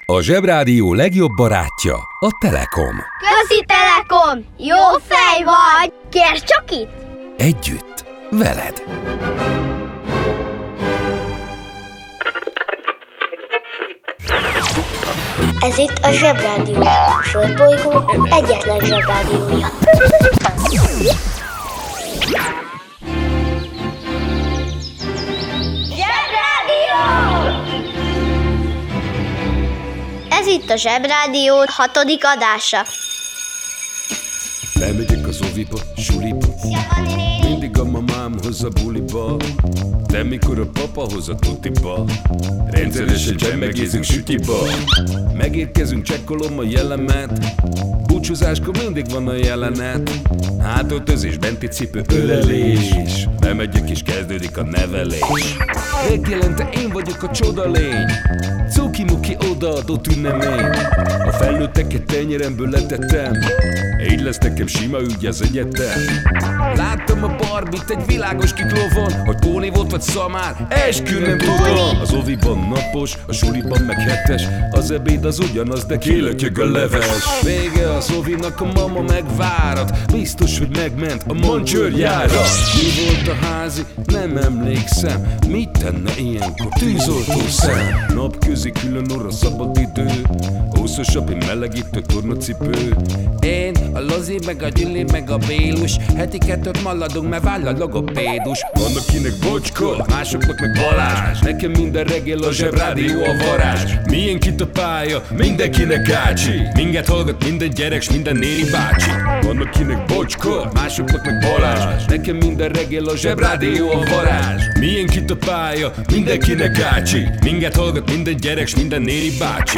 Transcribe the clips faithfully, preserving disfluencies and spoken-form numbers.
A Zsebrádió legjobb barátja a Telekom. Köszi Telekom! Jó fej vagy! Kérd csak itt! Együtt, veled! Ez itt a Zsebrádió, a Földbolygó egyetlen Zsebrádiója. Zsebrádió! Ez itt a Zsebrádió hatodik adása. Lemegyek az oviba, suliba, mindig a mamám hoz a buliba, de mikor a papa hoz a tutiba, rendszeresen csemmegézünk sütiba. Megérkezünk, csekkolom a jellemet, búcsúzáskor mindig van a jelenet. Hátöltözés, benti cipő, ölelés, bemegyek és kezdődik a nevelés. Reggelente én vagyok a csodalény, cuki-muki odaadott ünnemény. A felnőtteket tenyeremből letettem, így lesz nekem sima ügy az egyetem. Láttam a Barbit egy világos kiklovon, hogy Póni volt vagy szamár, eskü nem tudom. Az oviban napos, a suliban meg hetes, az ebéd az ugyanaz, de kilötyög a leves. Vége az ovinak, a mama megvárat, biztos, hogy megment a mancsőrjára. Mi volt a házi? Nem emlékszem, mit tenne ilyenkor tűzoltó szem? Napközi külön orra szabad idő, húszosabb, én melegítő tornacipő. Én, a Lozi, meg a Gyüli, meg a Bélus, heti kettőt maladunk, mert váll a logopédus. Vannak kinek Bocska, másoknak meg Balázs, nekem minden reggel a Zsebrádió a varázs. Milyen kit a pálya, mindenkinek ácsi, minket hallgat minden gyerek, s minden néni bácsi. Vannak kinek Bocska, másoknak meg Balázs, nekem minden reggel a Zsebrádió a varázs. Milyen kit a pálya, mindenkinek ácsi, minket hallgat minden gyerek, s minden néni bácsi.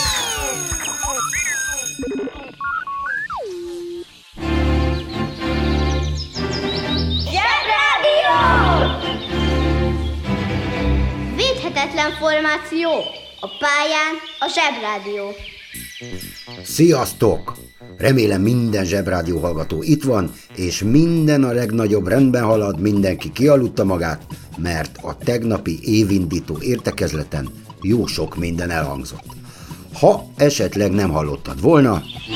Védhetetlen formáció, a pályán a Zsebrádió. Sziasztok! Remélem minden Zsebrádió hallgató itt van, és minden a legnagyobb rendben halad, mindenki kialudta magát, mert a tegnapi évindító értekezleten jó sok minden elhangzott. Ha esetleg nem hallottad volna...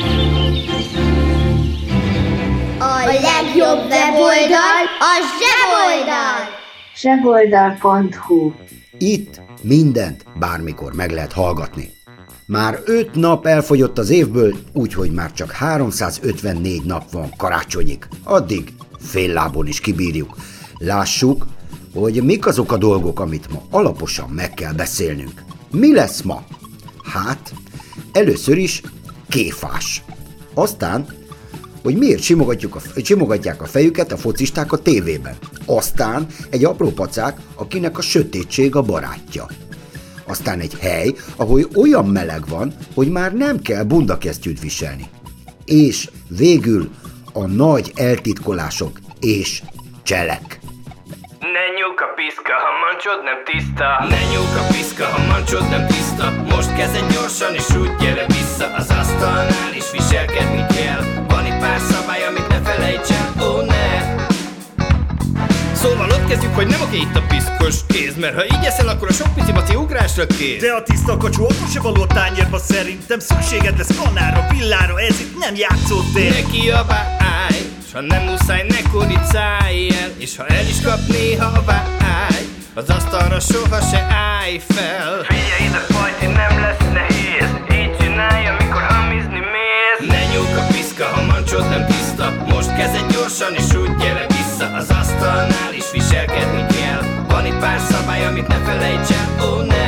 A legjobb weboldal a Zseboldal! zseboldal pont hu. Itt mindent bármikor meg lehet hallgatni. Már öt nap elfogyott az évből, úgyhogy már csak háromszázötvennégy nap van karácsonyig. Addig fél lábon is kibírjuk. Lássuk, hogy mik azok a dolgok, amit ma alaposan meg kell beszélnünk. Mi lesz ma? Hát, először is kéfás. Aztán, hogy miért simogatjuk a, simogatják a fejüket a focisták a tévében. Aztán egy apró pacák, akinek a sötétség a barátja. Aztán egy hely, ahol olyan meleg van, hogy már nem kell bundakesztyűt viselni. És végül a nagy eltitkolások és cselek. Ne nyúlk a piszka, ha mancsod nem tiszta. Ne nyúlk a piszka, ha mancsod nem tiszta. Most kezdj gyorsan és úgy gyere vissza. Az asztalnál is viselkedni kell. Van itt pár szabály, amit ne felejts el, ó oh, ne. Szóval ott kezdjük, hogy nem oké itt a piszkos kéz, mert ha így eszel, akkor a sok pici maci ugrásra kész. De a tiszta kacsú akkor se való a tányérba, szerintem szükséged lesz kanára, villára, ez itt nem játszótér. Ne kiabálj, s ha nem muszáj, ne kuricálj el, és ha el is kap néha a vágy, az asztalra soha se állj fel. Figyelj ide, fajti, nem lesz nehéz, így csinálj, amikor hamizni mész. Ne nyúlk a piszka, ha mancsod nem tiszta. Most kezdj gyorsan és úgy gyere vissza. Az asztalnál is viselkedni kell. Van itt pár szabály, amit ne felejts el, ó oh, ne.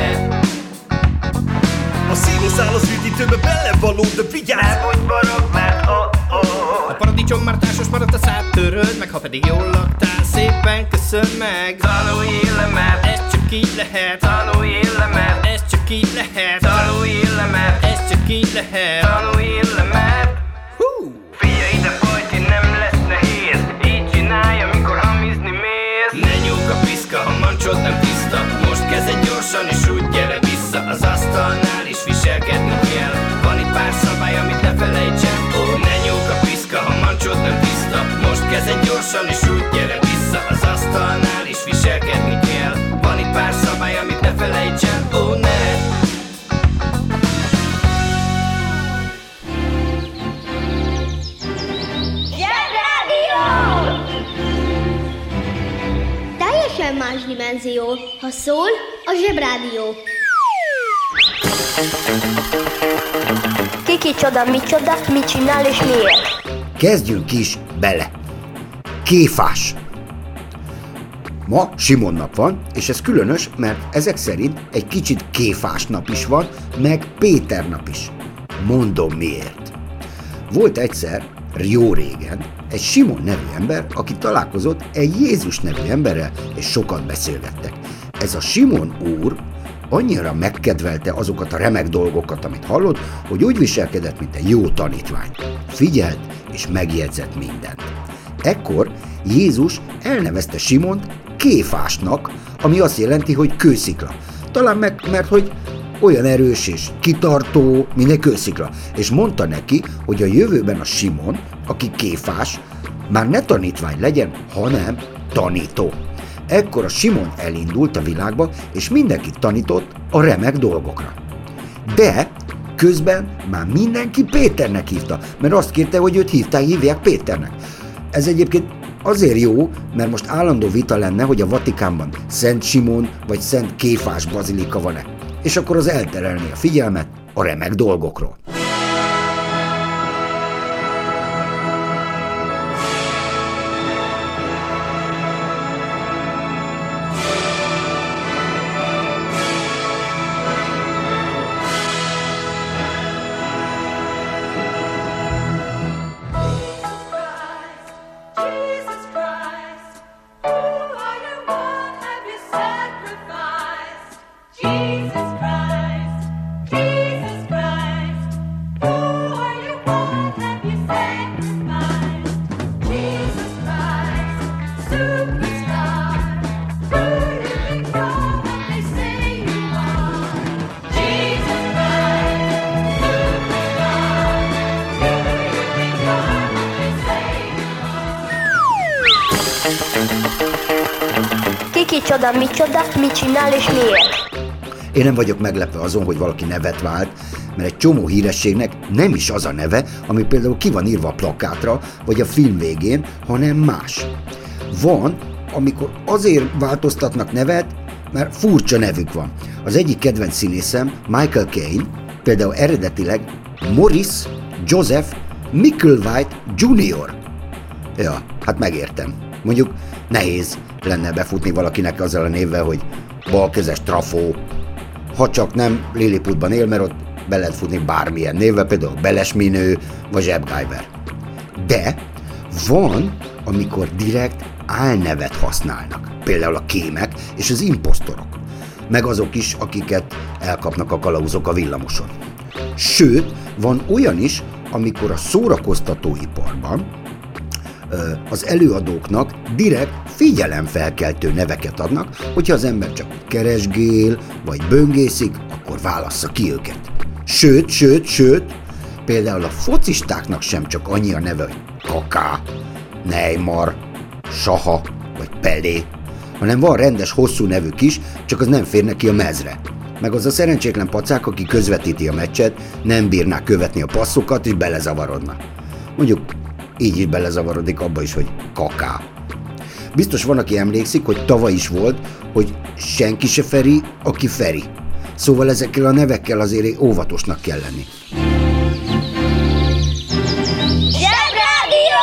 A színuszál az üdítőbe belevaló, de vigyázz! Ne budj barog, mert oh oh. A paradicsom már társas maradt, a szád töröld meg, ha pedig jól laktál, szépen köszön meg. Tanulj le, mert ez csak így lehet. Tanulj le, mert ez csak így lehet. Tanulj le, mert ez csak így lehet. Tanulj le, mert hú. Figyelj ide, fajti, nem lesz nehéz, így csinálj, amikor hamizni mész. Ne nyúlk a piszka, ha mancsod nem tiszta. Most kezdj gyorsan és úgy gyere vissza. Az asztalnál is viselkedni kell. Van itt pár szabály, amit ne felejts el, ó oh, ne nyúlk a piszka, ha mancsod nem tiszta. Most kezdj gyorsan és úgy gyere vissza. Az asztalnál is viselkedni kell. Van itt pár szabály, amit ne felejts el, ó oh, ne. Ha szól, a Zsebrádió. Kiki csoda, mi csoda, mit csinál és miért? Kezdjünk is bele. Kéfás. Ma Simon nap van, és ez különös, mert ezek szerint egy kicsit kéfás nap is van, meg Péter nap is. Mondom miért. Volt egyszer, jó régen, egy Simon nevű ember, aki találkozott egy Jézus nevű emberrel, és sokat beszélgettek. Ez a Simon úr annyira megkedvelte azokat a remek dolgokat, amit hallott, hogy úgy viselkedett, mint egy jó tanítvány. Figyelt és megjegyzett mindent. Ekkor Jézus elnevezte Simont Kéfásnak, ami azt jelenti, hogy kőszikla. Talán meg, mert hogy olyan erős és kitartó, mint egy kőszikla. És mondta neki, hogy a jövőben a Simon, aki Kéfás, már ne tanítvány legyen, hanem tanító. Ekkor a Simon elindult a világba, és mindenkit tanított a remek dolgokra. De közben már mindenki Péternek hívta, mert azt kérte, hogy őt hívták, hívják Péternek. Ez egyébként azért jó, mert most állandó vita lenne, hogy a Vatikánban Szent Simon vagy Szent Kéfás bazilika van-e. És akkor az elterelné a figyelmet a remek dolgokról. Kiki csoda, mi csoda, mit csinál és miért? Én nem vagyok meglepve azon, hogy valaki nevet vált, mert egy csomó hírességnek nem is az a neve, ami például ki van írva a plakátra, vagy a film végén, hanem más. Van, amikor azért változtatnak nevet, mert furcsa nevük van. Az egyik kedvenc színészem, Michael Caine, például eredetileg Morris Joseph Micklewhite junior Ja, hát megértem. Mondjuk nehéz lenne befutni valakinek azzal a névvel, hogy balkezes trafó, ha csak nem Lilliputban él, mert ott be lehet futni bármilyen névvel, például Belesminő vagy Zsebgájber. De van, amikor direkt álnevet használnak, például a kémek és az imposztorok, meg azok is, akiket elkapnak a kalauzok a villamoson. Sőt, van olyan is, amikor a szórakoztatóiparban az előadóknak direkt figyelemfelkeltő neveket adnak, hogyha az ember csak keresgél, vagy böngészik, akkor válassza ki őket. Sőt, sőt, sőt, például a focistáknak sem csak annyi a neve, hogy Kaká, Neymar, Saha, vagy Pelé, hanem van rendes hosszú nevük is, csak az nem fér neki a mezre. Meg az a szerencsétlen pacák, aki közvetíti a meccset, nem bírná követni a passzokat, és belezavarodna. Mondjuk így is belezavarodik abba is, hogy Kaká. Biztos van, aki emlékszik, hogy tavaly is volt, hogy senki se Feri, aki Feri. Szóval ezekkel a nevekkel azért óvatosnak kell lenni. Zsebrádió!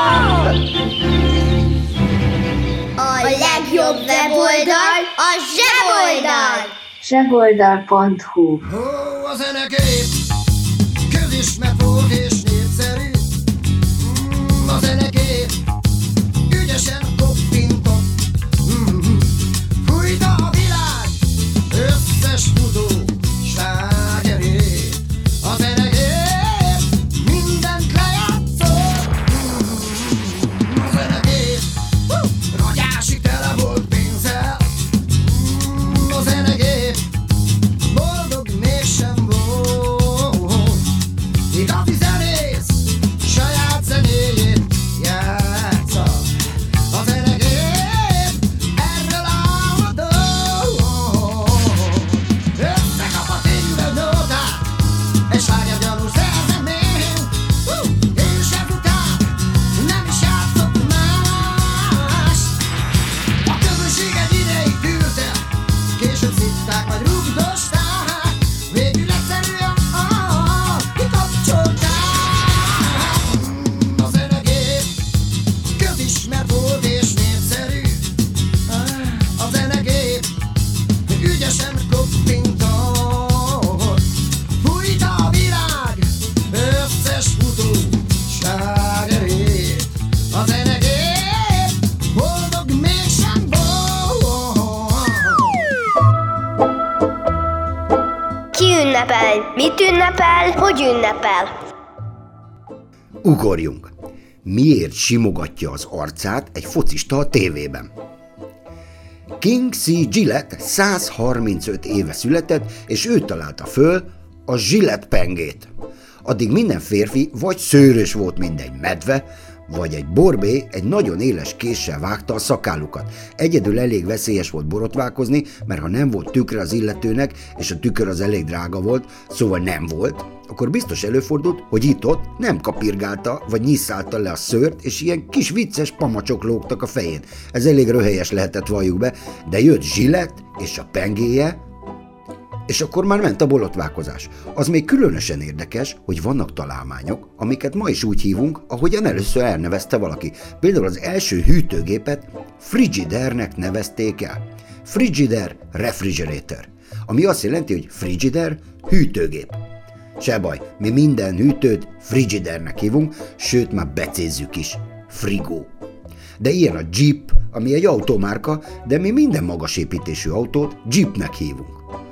A legjobb weboldal a Zseboldal! zseboldal pont hu. Ó, a zenekép közismert volt és népszerű. Mm, a zenekép ügyesen koppintott. Mm, fújta a világ összes futó slágerét. A zenekép mindent lejátszott. Mm, a zenekép ragyásig tele volt pénzzel. Mm, a zenekép boldog mégsem volt. Igazi zenét később szitták, vagy rugdosták, végül egyszerűen ah, kikapcsolták. A zenegép közismert volt és népszerű. A zenegép ügyesen koppintott, fújt a világ összes futó slágerét. A zenegép boldog mégsem volt. Ki ünnepel? Mit ünnepel? Hogy ünnepel? Ugorjunk! Miért simogatja az arcát egy focista a tévében? King C. Gillette száz harmincöt éve született, és ő találta föl a Gillette pengét. Addig minden férfi vagy szőrös volt, mint egy medve, vagy egy borbé egy nagyon éles késsel vágta a szakállukat. Egyedül elég veszélyes volt borotválkozni, mert ha nem volt tükre az illetőnek, és a tükör az elég drága volt, szóval nem volt, akkor biztos előfordult, hogy itt-ott nem kapirgálta, vagy nyisszálta le a szőrt, és ilyen kis vicces pamacsok lógtak a fején. Ez elég röhelyes lehetett, valljuk be, de jött Gillette és a pengéje, és akkor már ment a borotválkozás. Az még különösen érdekes, hogy vannak találmányok, amiket ma is úgy hívunk, ahogyan először elnevezte valaki. Például az első hűtőgépet Frigidaire-nek nevezték el. Frigidaire refrigerator, ami azt jelenti, hogy Frigidaire hűtőgép. Se baj, mi minden hűtőt Frigidaire-nek hívunk, sőt már becézzük is. Frigó. De ilyen a Jeep, ami egy automárka, de mi minden magasépítésű autót Jeepnek hívunk.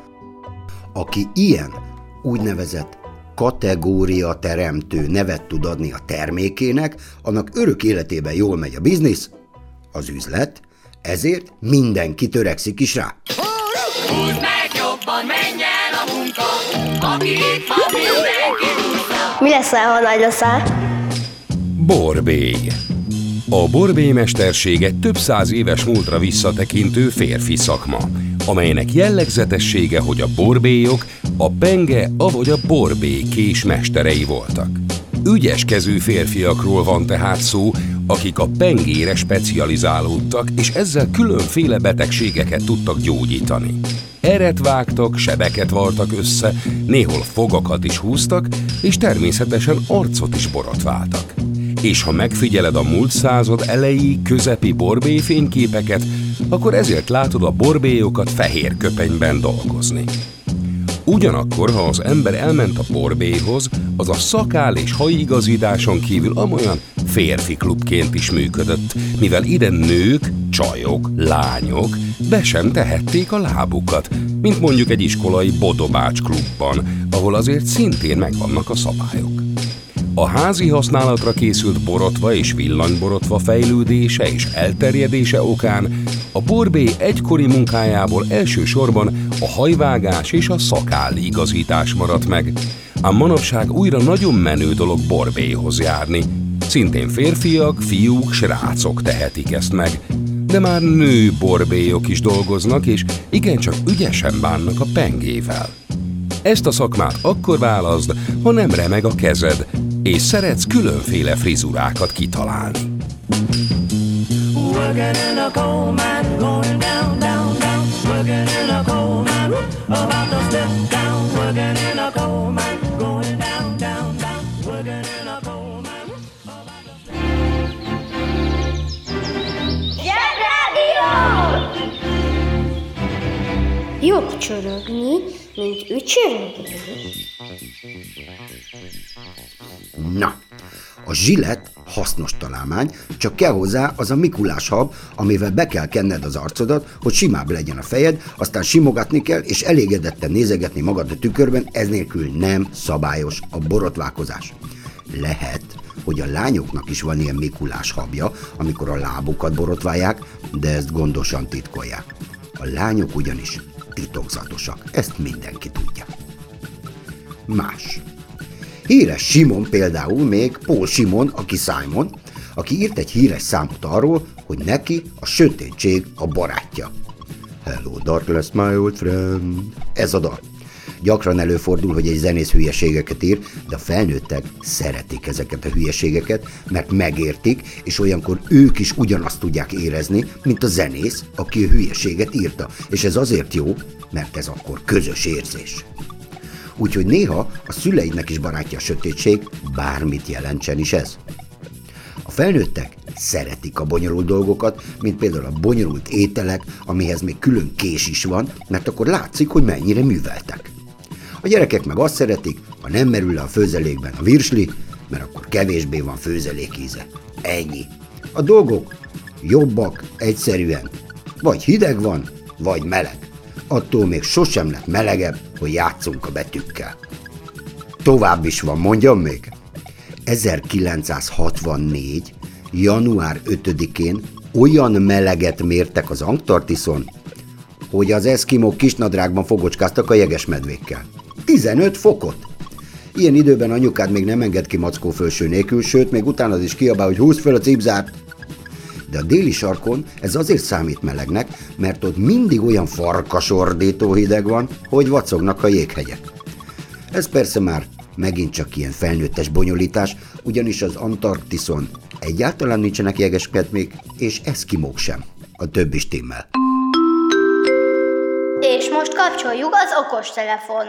Aki ilyen úgynevezett kategóriateremtő nevet tud adni a termékének, annak örök életében jól megy a biznisz, az üzlet, ezért mindenki törekszik is rá. Húzd meg jobban, menj el a munka, aki itt van, mindenki húzza. Mi leszel, ha nagy leszel? Borbély. A borbély-mesterség egy több száz éves múltra visszatekintő férfi szakma, amelynek jellegzetessége, hogy a borbélyok a penge, avagy a borbélykés mesterei voltak. Ügyeskező férfiakról van tehát szó, akik a pengére specializálódtak, és ezzel különféle betegségeket tudtak gyógyítani. Eret vágtak, sebeket vartak össze, néhol fogakat is húztak, és természetesen arcot is borotváltak. És ha megfigyeled a múlt század elejé, közepi borbély fényképeket, akkor ezért látod a borbélyokat fehér köpenyben dolgozni. Ugyanakkor, ha az ember elment a borbélyhoz, az a szakál és hajigazításon kívül amolyan férfi klubként is működött, mivel ide nők, csajok, lányok be sem tehették a lábukat, mint mondjuk egy iskolai bodobács klubban, ahol azért szintén megvannak a szabályok. A házi használatra készült borotva és villanyborotva fejlődése és elterjedése okán a borbély egykori munkájából elsősorban a hajvágás és a szakálli igazítás maradt meg, ám manapság újra nagyon menő dolog borbélyhoz járni. Szintén férfiak, fiúk, srácok tehetik ezt meg, de már nő borbélyok is dolgoznak, és igencsak ügyesen bánnak a pengével. Ezt a szakmát akkor válaszd, ha nem remeg a kezed, és szeretsz különféle frizurákat kitalálni. Jobb csorogni, mint ücsörögni. Na, a Gillette hasznos találmány, csak kell hozzá az a Mikulás hab, amivel be kell kenned az arcodat, hogy simább legyen a fejed, aztán simogatni kell, és elégedetten nézegetni magad a tükörben, ez nélkül nem szabályos a borotválkozás. Lehet, hogy a lányoknak is van ilyen Mikulás habja, amikor a lábukat borotválják, de ezt gondosan titkolják. A lányok ugyanis titokzatosak, ezt mindenki tudja. Más. Híres Simon például, még Paul Simon, aki Simon, aki írt egy híres számot arról, hogy neki a sötétség a barátja. Hello darkness, my old friend. Ez a dal. Gyakran előfordul, hogy egy zenész hülyeségeket ír, de a felnőttek szeretik ezeket a hülyeségeket, mert megértik, és olyankor ők is ugyanazt tudják érezni, mint a zenész, aki a hülyeséget írta. És ez azért jó, mert ez akkor közös érzés. Úgyhogy néha a szüleidnek is barátja a sötétség, bármit jelentsen is ez. A felnőttek szeretik a bonyolult dolgokat, mint például a bonyolult ételek, amihez még külön kés is van, mert akkor látszik, hogy mennyire műveltek. A gyerekek meg azt szeretik, ha nem merül le a főzelékben a virsli, mert akkor kevésbé van főzelék íze. Ennyi. A dolgok jobbak egyszerűen. Vagy hideg van, vagy meleg. Attól még sosem lett melegebb, hogy játszunk a betűkkel. Tovább is van, mondjam még. ezerkilencszázhatvannégy. január ötödikén olyan meleget mértek az Antarktiszon, hogy az eszkimók kisnadrágban fogocskáztak a jegesmedvékkel. tizenöt fokot! Ilyen időben anyukád még nem enged ki mackó fölső nélkül, sőt, még utána az is kiabál, hogy húzd fel a cipzárt. De a déli sarkon ez azért számít melegnek, mert ott mindig olyan farkasordító hideg van, hogy vacognak a jéghegyek. Ez persze már megint csak ilyen felnőttes bonyolítás, ugyanis az Antarktiszon egyáltalán nincsenek jegeskedmék, és eszkimók sem. A többi stimmel. És most kapcsoljuk az okostelefon.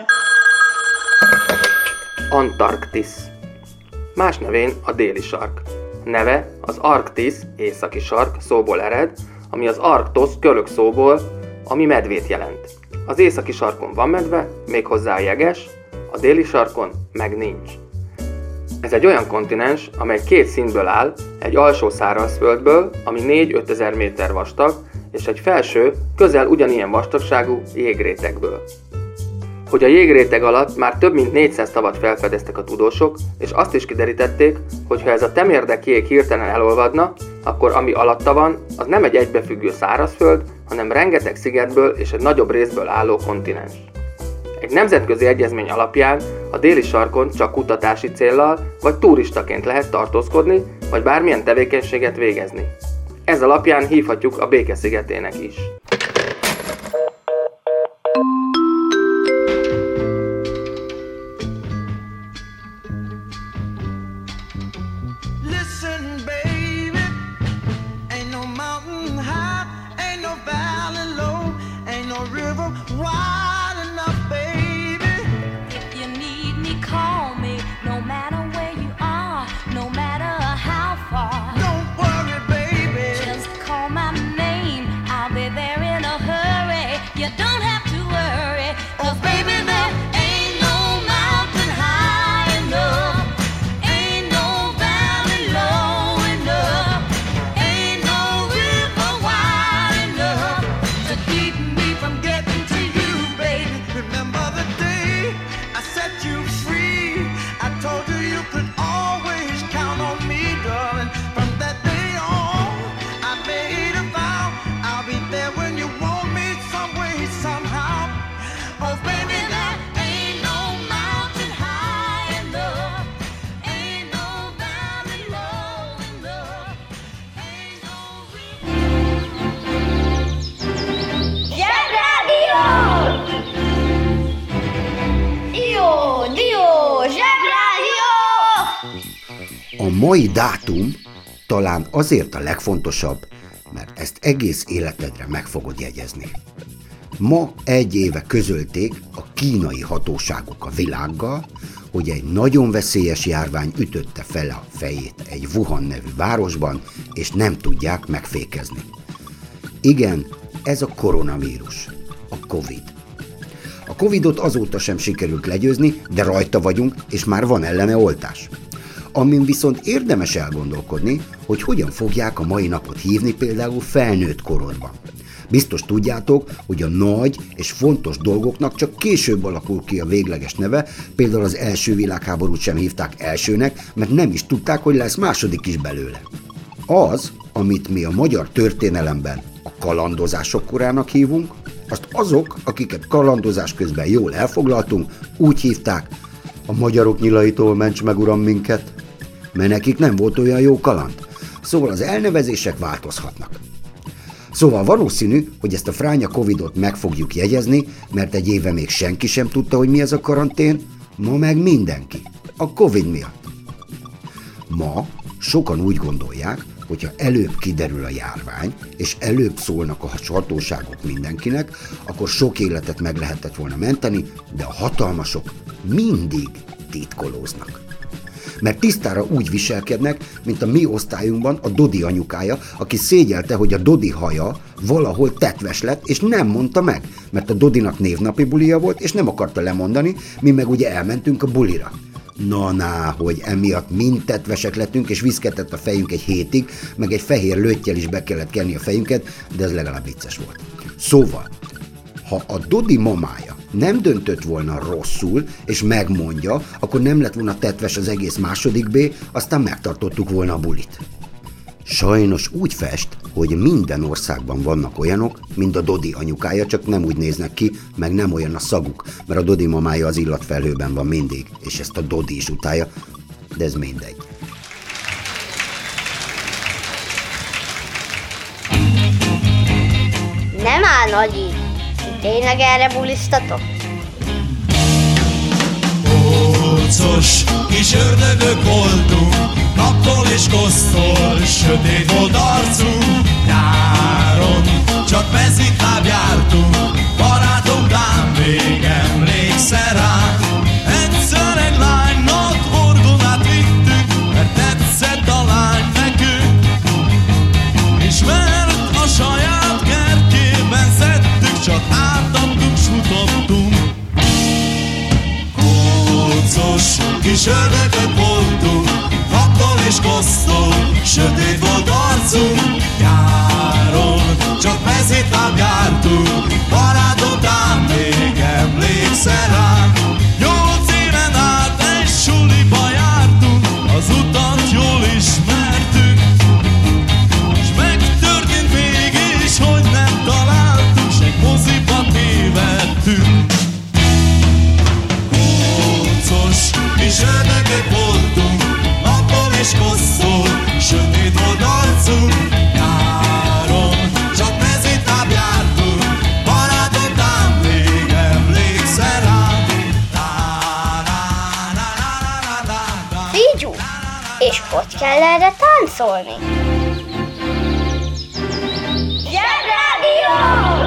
Antarktisz. Más nevén a déli sark. Neve az Arktisz, északi sark szóból ered, ami az Arktosz görög szóból, ami medvét jelent. Az északi sarkon van medve, méghozzá jeges, a déli sarkon meg nincs. Ez egy olyan kontinens, amely két szintből áll, egy alsó szárazföldből, ami négy-öt ezer méter vastag, és egy felső, közel ugyanilyen vastagságú jégrétegből. Hogy a jégréteg alatt már több mint négyszáz tavat felfedeztek a tudósok, és azt is kiderítették, hogy ha ez a temérdek jég hirtelen elolvadna, akkor ami alatta van, az nem egy egybefüggő szárazföld, hanem rengeteg szigetből és egy nagyobb részből álló kontinens. Egy nemzetközi egyezmény alapján a déli sarkon csak kutatási céllal vagy turistaként lehet tartózkodni, vagy bármilyen tevékenységet végezni. Ez alapján hívhatjuk a Béke-szigetének is. A mai dátum talán azért a legfontosabb, mert ezt egész életedre meg fogod jegyezni. Ma egy éve közölték a kínai hatóságok a világgal, hogy egy nagyon veszélyes járvány ütötte fel a fejét egy Wuhan nevű városban, és nem tudják megfékezni. Igen, ez a koronavírus, a Covid. A Covidot azóta sem sikerült legyőzni, de rajta vagyunk, és már van ellene oltás. Amin viszont érdemes elgondolkodni, hogy hogyan fogják a mai napot hívni például felnőtt korodban. Biztos tudjátok, hogy a nagy és fontos dolgoknak csak később alakul ki a végleges neve, például az első világháborút sem hívták elsőnek, mert nem is tudták, hogy lesz második is belőle. Az, amit mi a magyar történelemben a kalandozások korának hívunk, azt azok, akiket kalandozás közben jól elfoglaltunk, úgy hívták, a magyarok nyilaitól ments meg uram minket, mert nekik nem volt olyan jó kaland. Szóval az elnevezések változhatnak. Szóval valószínű, hogy ezt a fránya Covidot meg fogjuk jegyezni, mert egy éve még senki sem tudta, hogy mi ez a karantén, ma meg mindenki. A Covid miatt. Ma sokan úgy gondolják, hogyha előbb kiderül a járvány, és előbb szólnak a hatóságok mindenkinek, akkor sok életet meg lehetett volna menteni, de a hatalmasok mindig titkolóznak. Mert tisztára úgy viselkednek, mint a mi osztályunkban a Dodi anyukája, aki szégyelte, hogy a Dodi haja valahol tetves lett, és nem mondta meg, mert a Dodinak névnapi bulija volt, és nem akarta lemondani, mi meg ugye elmentünk a bulira. Na-na, hogy emiatt mind tetvesek lettünk, és viszketett a fejünk egy hétig, meg egy fehér löttyel is be kellett kenni a fejünket, de ez legalább vicces volt. Szóval, ha a Dodi mamája nem döntött volna rosszul, és megmondja, akkor nem lett volna tetves az egész második B, aztán megtartottuk volna a bulit. Sajnos úgy fest, hogy minden országban vannak olyanok, mint a Dodi anyukája, csak nem úgy néznek ki, meg nem olyan a szaguk, mert a Dodi mamája az illatfelhőben van mindig, és ezt a Dodi is utálja, de ez mindegy. Nem áll, Nagyi. Tényleg erre bulisztatok? Ócos kis ördögök voltunk, naptól és kosztól, sötét volt arcunk. Nyáron csak mezitláb jártunk, barátom rám még emlékszel rá. Egyszer egy lánynak orgonát vittük, mert tetszett a lány nekünk, és mert a saját kertjében szedtük, csak átadtunk, s futottunk. Kócos kis ördögök voltunk, naptól és kosztól, sötét volt arcunk. Nyáron csak mezitláb jártunk, barátom rám még emlékszel rám. Nyolc éven át egy suliba jártunk, az utat jól ismertük, s megtörtént mégis, hogy nem találtuk, s egy moziba tévedtünk. Kócos kis ördögök voltunk, naptól és kosztól, sötét volt arcunk. Nyáron csak mezitláb jártunk, barátom rám még emlékszel rám. Figyú, és hogy kell erre táncolni? Zsebrádió!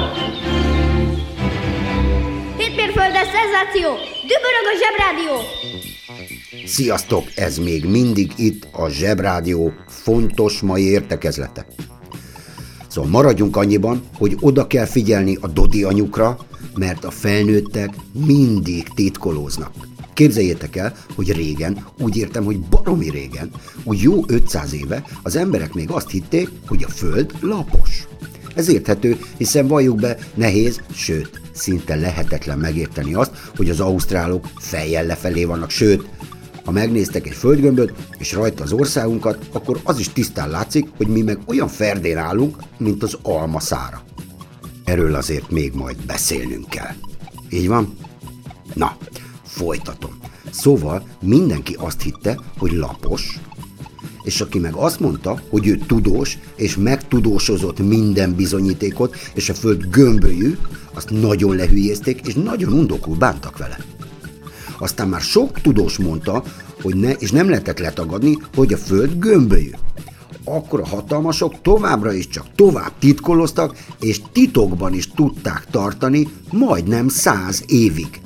Hétmérföldes szenzáció! Dübörög a Zsebrádió! Sziasztok! Ez még mindig itt a Zsebrádió fontos mai értekezlete. Szóval maradjunk annyiban, hogy oda kell figyelni a Dodi anyukra, mert a felnőttek mindig titkolóznak. Képzeljétek el, hogy régen, úgy értem, hogy baromi régen, úgy jó ötszáz éve az emberek még azt hitték, hogy a Föld lapos. Ez érthető, hiszen valljuk be, nehéz, sőt, szinte lehetetlen megérteni azt, hogy az ausztrálok fejjel lefelé vannak, sőt, ha megnéztek egy földgömböt, és rajta az országunkat, akkor az is tisztán látszik, hogy mi meg olyan ferdén állunk, mint az alma szára. Erről azért még majd beszélnünk kell. Így van? Na, folytatom. Szóval mindenki azt hitte, hogy lapos, és aki meg azt mondta, hogy ő tudós, és megtudósozott minden bizonyítékot, és a föld gömbölyű, azt nagyon lehülyézték, és nagyon undokul bántak vele. Aztán már sok tudós mondta, hogy ne, és nem lehetett letagadni, hogy a föld gömbölyű. Akkor a hatalmasok továbbra is csak tovább titkoloztak, és titokban is tudták tartani majdnem száz évig.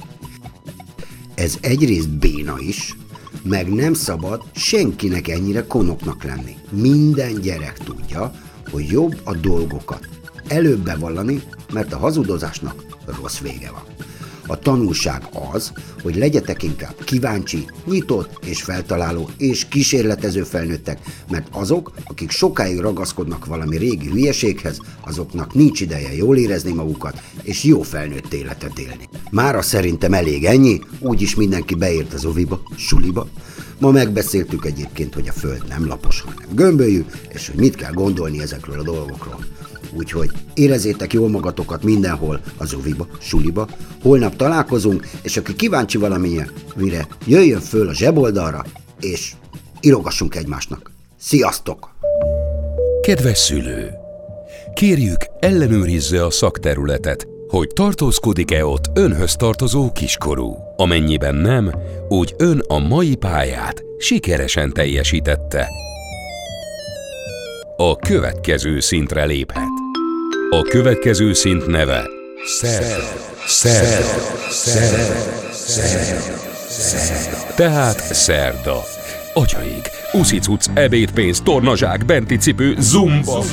Ez egyrészt béna is, meg nem szabad senkinek ennyire konoknak lenni. Minden gyerek tudja, hogy jobb a dolgokat előbb bevallani, mert a hazudozásnak rossz vége van. A tanulság az, hogy legyetek inkább kíváncsi, nyitott és feltaláló és kísérletező felnőttek, mert azok, akik sokáig ragaszkodnak valami régi hülyeséghez, azoknak nincs ideje jól érezni magukat és jó felnőtt életet élni. Mára szerintem elég ennyi, úgyis mindenki beért az oviba, suliba. Ma megbeszéltük egyébként, hogy a föld nem lapos, hanem gömbölyű, és hogy mit kell gondolni ezekről a dolgokról. Úgyhogy érezzétek jól magatokat mindenhol, az oviba, suliba. Holnap találkozunk, és aki kíváncsi valamire, jöjjön föl a zseboldalra, és írogassunk egymásnak. Sziasztok! Kedves szülő! Kérjük, ellenőrizze a szakterületet, hogy tartózkodik-e ott önhöz tartozó kiskorú. Amennyiben nem, úgy ön a mai pályát sikeresen teljesítette. A következő szintre léphet. A következő szint neve Szerda. Szerda. Szerda. Szerda. Szerda. Tehát szerda. Atyaik, uszicuc, ebédpénz, tornazsák, benti cipő, zumba.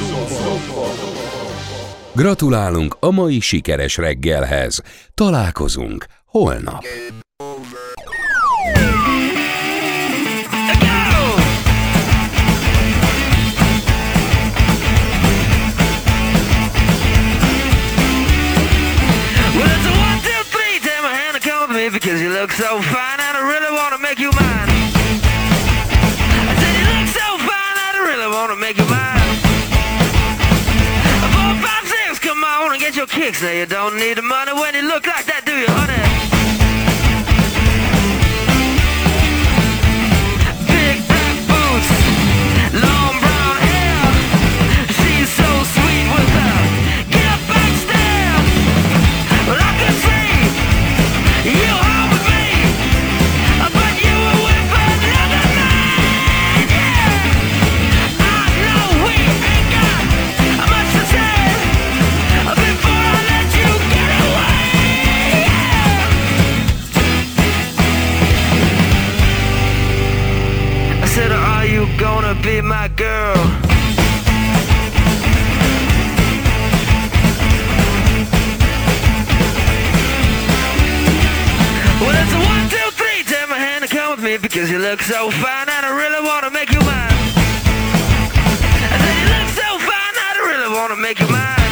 Gratulálunk a mai sikeres reggelhez. Találkozunk holnap. Because you look so fine and I really want to make you mine. I said you look so fine and I really want to make you mine. Four, five, six, come on and get your kicks. Now you don't need the money when you look like that, do you, honey? Big black boots, long brown hair. She's so sweet with her get back stare. Well, I can see you home with me, but you were with another man, yeah. I know we ain't got much to say before I let you get away, yeah. I said, are you gonna be my girl? Well, it's a one, two, three, take my hand and come with me because you look so fine and I really want to make you mine. I said you look so fine and I really want to make you mine.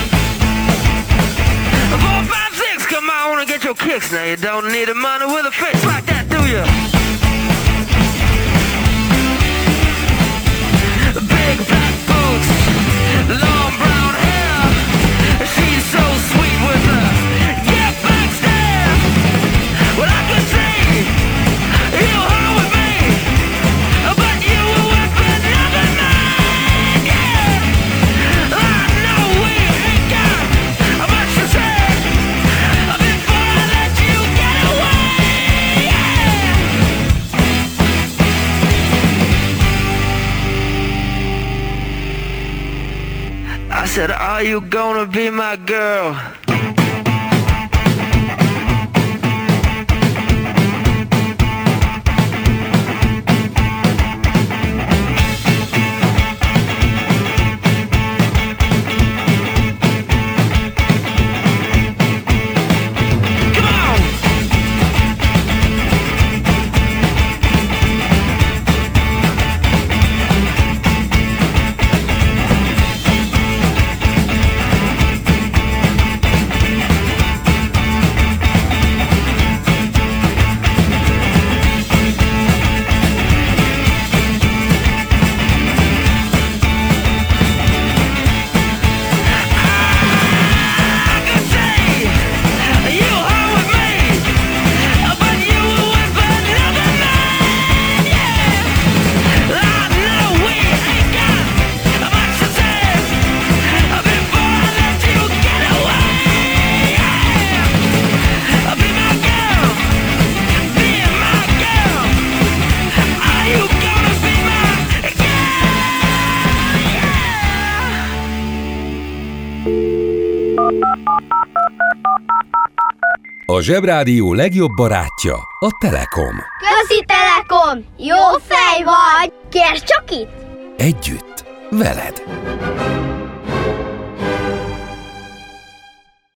Four, five, six, come on and get your kicks. Now you don't need the money with a face like that, do you? Big black boots, long brown hair. She's so sweet with her get back stare. Well, I could see you home with me, but you were with another man, yeah. I know we ain't got much to say before I let you get away, yeah. I said, are you gonna be my girl? A Zsebrádió legjobb barátja a Telekom. Köszi Telekom! Jó fej vagy! Kérd csak itt! Együtt, veled!